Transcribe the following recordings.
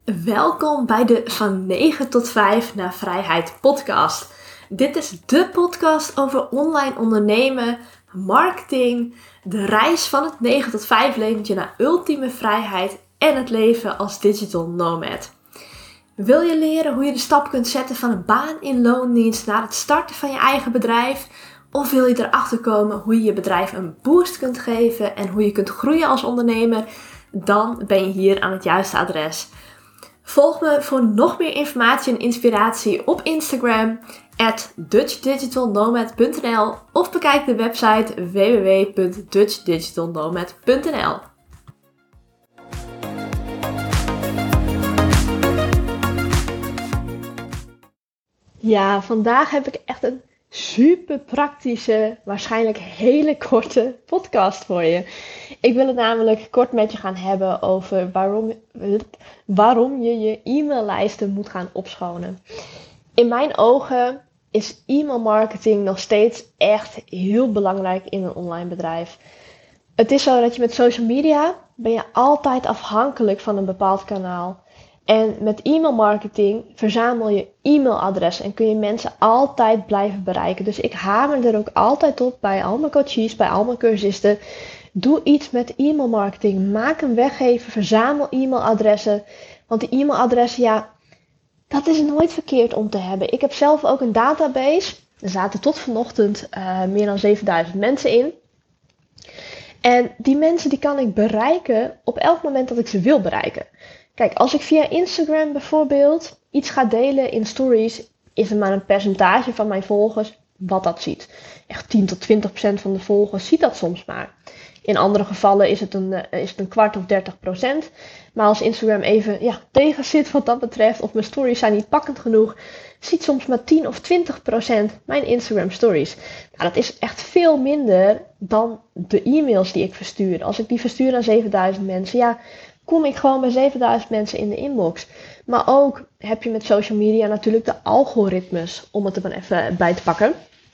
Welkom bij de Van 9 tot 5 naar Vrijheid podcast. Dit is de podcast over online ondernemen, marketing, de reis van het 9 tot 5 leventje naar ultieme vrijheid en het leven als digital nomad. Wil je leren hoe je de stap kunt zetten van een baan in loondienst naar het starten van je eigen bedrijf? Of wil je erachter komen hoe je je bedrijf een boost kunt geven en hoe je kunt groeien als ondernemer? Dan ben je hier aan het juiste adres. Volg me voor nog meer informatie en inspiratie op Instagram @dutchdigitalnomad.nl of bekijk de website www.dutchdigitalnomad.nl. Ja, vandaag heb ik echt een super praktische, waarschijnlijk hele korte podcast voor je. Ik wil het namelijk kort met je gaan hebben over waarom je je e-maillijsten moet gaan opschonen. In mijn ogen is e-mailmarketing nog steeds echt heel belangrijk in een online bedrijf. Het is zo dat je met social media ben je altijd afhankelijk van een bepaald kanaal. En met e-mailmarketing verzamel je e-mailadressen en kun je mensen altijd blijven bereiken. Dus ik hamer er ook altijd op bij al mijn coaches, bij al mijn cursisten. Doe iets met e-mailmarketing. Maak een weggever, verzamel e-mailadressen. Want die e-mailadressen, ja, dat is nooit verkeerd om te hebben. Ik heb zelf ook een database. Er zaten tot vanochtend meer dan 7000 mensen in. En die mensen die kan ik bereiken op elk moment dat ik ze wil bereiken. Kijk, als ik via Instagram bijvoorbeeld iets ga delen in stories, is er maar een percentage van mijn volgers wat dat ziet. Echt 10 tot 20% van de volgers ziet dat soms maar. In andere gevallen is het een kwart of 30%. Maar als Instagram even tegen zit wat dat betreft, of mijn stories zijn niet pakkend genoeg, ziet soms maar 10 of 20% mijn Instagram stories. Nou, dat is echt veel minder dan de e-mails die ik verstuur. Als ik die verstuur aan 7000 mensen, kom ik gewoon bij 7000 mensen in de inbox. Maar ook heb je met social media natuurlijk de algoritmes, om het er maar even bij te pakken.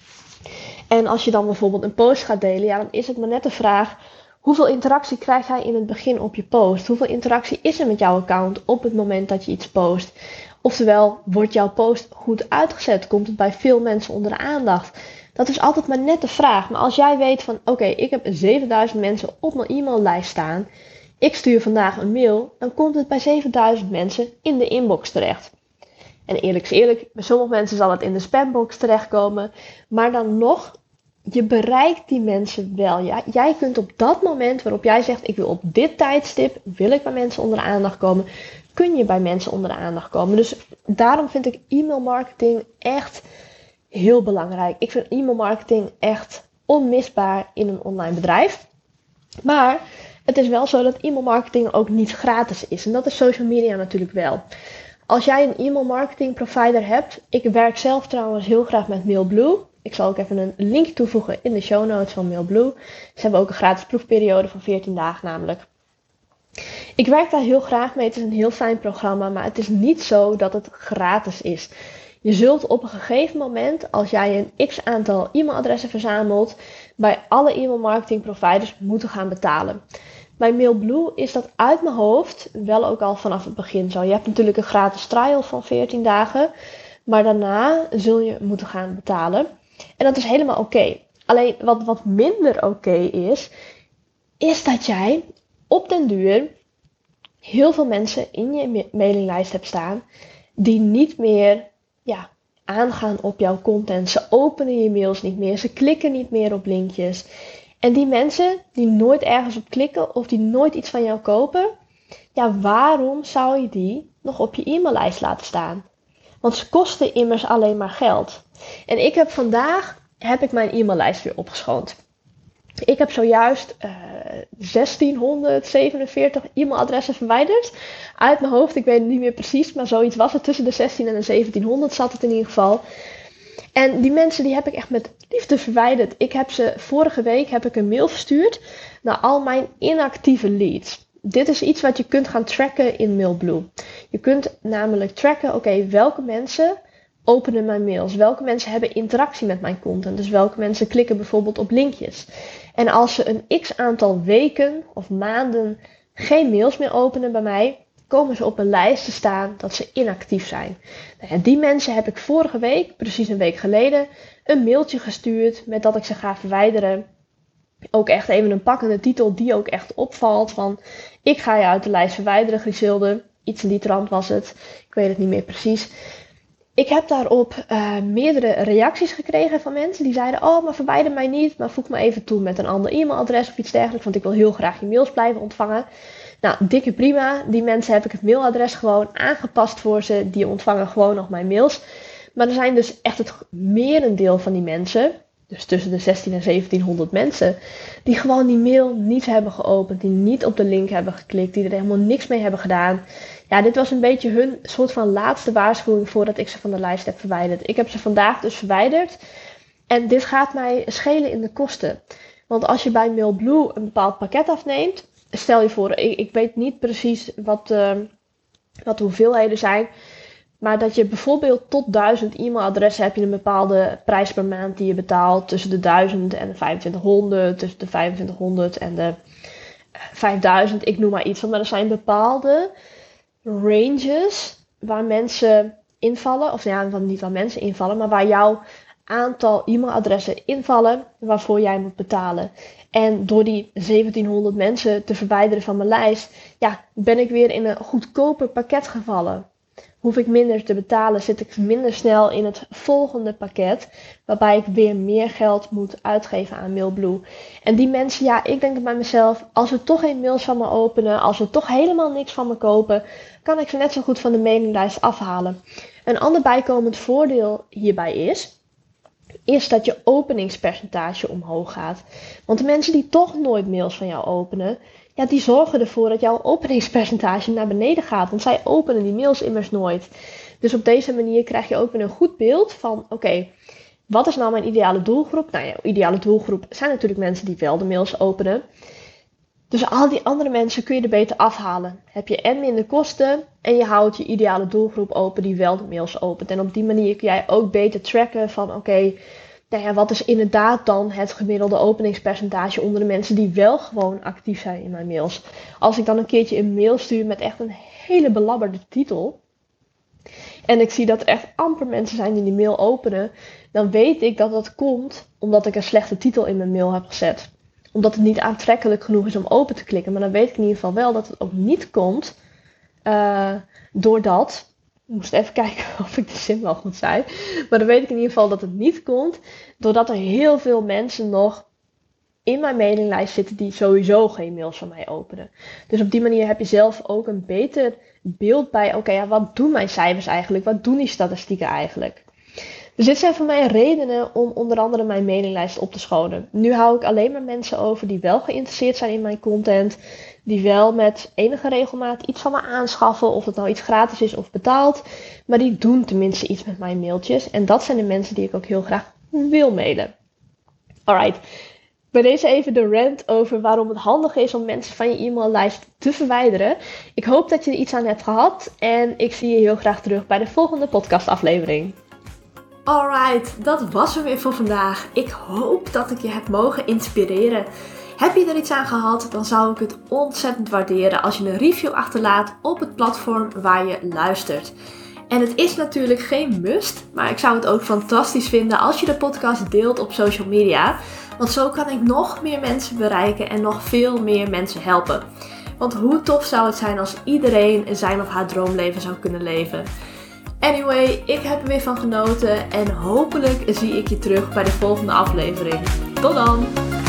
En als je dan bijvoorbeeld een post gaat delen, dan is het maar net de vraag: hoeveel interactie krijg jij in het begin op je post? Hoeveel interactie is er met jouw account op het moment dat je iets post? Oftewel, wordt jouw post goed uitgezet? Komt het bij veel mensen onder de aandacht? Dat is altijd maar net de vraag. Maar als jij weet van, oké, ik heb 7000 mensen op mijn e-maillijst staan. Ik stuur vandaag een mail, dan komt het bij 7000 mensen in de inbox terecht. En eerlijk is eerlijk, bij sommige mensen zal het in de spambox terechtkomen. Maar dan nog, je bereikt die mensen wel. Ja? Jij kunt op dat moment waarop jij zegt, ik wil op dit tijdstip, wil ik bij mensen onder de aandacht komen, kun je bij mensen onder de aandacht komen. Dus daarom vind ik e-mailmarketing echt heel belangrijk. Ik vind e-mailmarketing echt onmisbaar in een online bedrijf. Maar het is wel zo dat e-mailmarketing ook niet gratis is. En dat is social media natuurlijk wel. Als jij een e-mailmarketing provider hebt. Ik werk zelf trouwens heel graag met Mailblue. Ik zal ook even een link toevoegen in de show notes van Mailblue. Ze hebben ook een gratis proefperiode van 14 dagen namelijk. Ik werk daar heel graag mee. Het is een heel fijn programma. Maar het is niet zo dat het gratis is. Je zult op een gegeven moment, als jij een x aantal e-mailadressen verzamelt, bij alle e-mailmarketing providers moeten gaan betalen. Bij Mailblue is dat uit mijn hoofd wel ook al vanaf het begin zo. Je hebt natuurlijk een gratis trial van 14 dagen, maar daarna zul je moeten gaan betalen. En dat is helemaal oké. Alleen wat minder oké is dat jij op den duur heel veel mensen in je mailinglijst hebt staan die niet meer aangaan op jouw content. Ze openen je mails niet meer. Ze klikken niet meer op linkjes. En die mensen die nooit ergens op klikken of die nooit iets van jou kopen, waarom zou je die nog op je e-maillijst laten staan? Want ze kosten immers alleen maar geld. En vandaag heb ik mijn e-maillijst weer opgeschoond. Ik heb zojuist 1647 e-mailadressen verwijderd. Uit mijn hoofd, ik weet het niet meer precies, maar zoiets was het. Tussen de 16 en de 1700 zat het in ieder geval. En die mensen die heb ik echt met liefde verwijderd. Vorige week heb ik een mail verstuurd naar al mijn inactieve leads. Dit is iets wat je kunt gaan tracken in Mailblue. Je kunt namelijk tracken, welke mensen openen mijn mails. Welke mensen hebben interactie met mijn content. Dus welke mensen klikken bijvoorbeeld op linkjes. En als ze een x aantal weken of maanden geen mails meer openen bij mij, komen ze op een lijst te staan dat ze inactief zijn. Nou ja, die mensen heb ik vorige week, precies een week geleden, een mailtje gestuurd met dat ik ze ga verwijderen. Ook echt even een pakkende titel die ook echt opvalt van ik ga je uit de lijst verwijderen, Griselde. Iets in die trant was het. Ik weet het niet meer precies. Ik heb daarop meerdere reacties gekregen van mensen die zeiden, oh, maar verwijder mij niet, maar voeg me even toe met een ander e-mailadres of iets dergelijks, want ik wil heel graag je mails blijven ontvangen. Nou, dikke prima. Die mensen heb ik het mailadres gewoon aangepast voor ze. Die ontvangen gewoon nog mijn mails. Maar er zijn dus echt het merendeel van die mensen, dus tussen de 16 en 1700 mensen, die gewoon die mail niet hebben geopend, die niet op de link hebben geklikt, die er helemaal niks mee hebben gedaan. Ja, dit was een beetje hun soort van laatste waarschuwing voordat ik ze van de lijst heb verwijderd. Ik heb ze vandaag dus verwijderd. En dit gaat mij schelen in de kosten. Want als je bij Mailblue een bepaald pakket afneemt, stel je voor, ik weet niet precies wat de hoeveelheden zijn, maar dat je bijvoorbeeld tot 1000 e-mailadressen heb je een bepaalde prijs per maand die je betaalt. Tussen de 1000 en de 2500, tussen de 2500 en de 5000, ik noem maar iets. Maar er zijn bepaalde ranges waar mensen invallen, of ja, niet waar mensen invallen, maar waar jouw aantal e-mailadressen invallen waarvoor jij moet betalen. En door die 1700 mensen te verwijderen van mijn lijst, ja, ben ik weer in een goedkoper pakket gevallen. Hoef ik minder te betalen, zit ik minder snel in het volgende pakket, waarbij ik weer meer geld moet uitgeven aan Mailblue. En die mensen, ja, ik denk bij mezelf, als ze toch geen mails van me openen, als ze toch helemaal niks van me kopen, kan ik ze net zo goed van de mailinglijst afhalen. Een ander bijkomend voordeel hierbij is dat je openingspercentage omhoog gaat. Want de mensen die toch nooit mails van jou openen, ja, die zorgen ervoor dat jouw openingspercentage naar beneden gaat. Want zij openen die mails immers nooit. Dus op deze manier krijg je ook weer een goed beeld van, oké, wat is nou mijn ideale doelgroep? Nou ja, ideale doelgroep zijn natuurlijk mensen die wel de mails openen. Dus al die andere mensen kun je er beter afhalen. Heb je en minder kosten en je houdt je ideale doelgroep open die wel de mails opent. En op die manier kun jij ook beter tracken van oké, nou ja, wat is inderdaad dan het gemiddelde openingspercentage onder de mensen die wel gewoon actief zijn in mijn mails. Als ik dan een keertje een mail stuur met echt een hele belabberde titel en ik zie dat er echt amper mensen zijn die mail openen, dan weet ik dat dat komt omdat ik een slechte titel in mijn mail heb gezet. Omdat het niet aantrekkelijk genoeg is om open te klikken. Maar dan weet ik in ieder geval wel dat het ook niet komt doordat, ik moest even kijken of ik de zin wel goed zei. Maar dan weet ik in ieder geval dat het niet komt doordat er heel veel mensen nog in mijn mailinglijst zitten die sowieso geen mails van mij openen. Dus op die manier heb je zelf ook een beter beeld bij, oké, ja, wat doen mijn cijfers eigenlijk? Wat doen die statistieken eigenlijk? Dus dit zijn voor mij redenen om onder andere mijn mailinglijst op te schonen. Nu hou ik alleen maar mensen over die wel geïnteresseerd zijn in mijn content. Die wel met enige regelmaat iets van me aanschaffen. Of het nou iets gratis is of betaald. Maar die doen tenminste iets met mijn mailtjes. En dat zijn de mensen die ik ook heel graag wil mailen. Alright. Bij deze even de rant over waarom het handig is om mensen van je e-maillijst te verwijderen. Ik hoop dat je er iets aan hebt gehad. En ik zie je heel graag terug bij de volgende podcastaflevering. Alright, dat was hem weer voor vandaag. Ik hoop dat ik je heb mogen inspireren. Heb je er iets aan gehad, dan zou ik het ontzettend waarderen als je een review achterlaat op het platform waar je luistert. En het is natuurlijk geen must, maar ik zou het ook fantastisch vinden als je de podcast deelt op social media. Want zo kan ik nog meer mensen bereiken en nog veel meer mensen helpen. Want hoe tof zou het zijn als iedereen zijn of haar droomleven zou kunnen leven. Anyway, ik heb er weer van genoten en hopelijk zie ik je terug bij de volgende aflevering. Tot dan!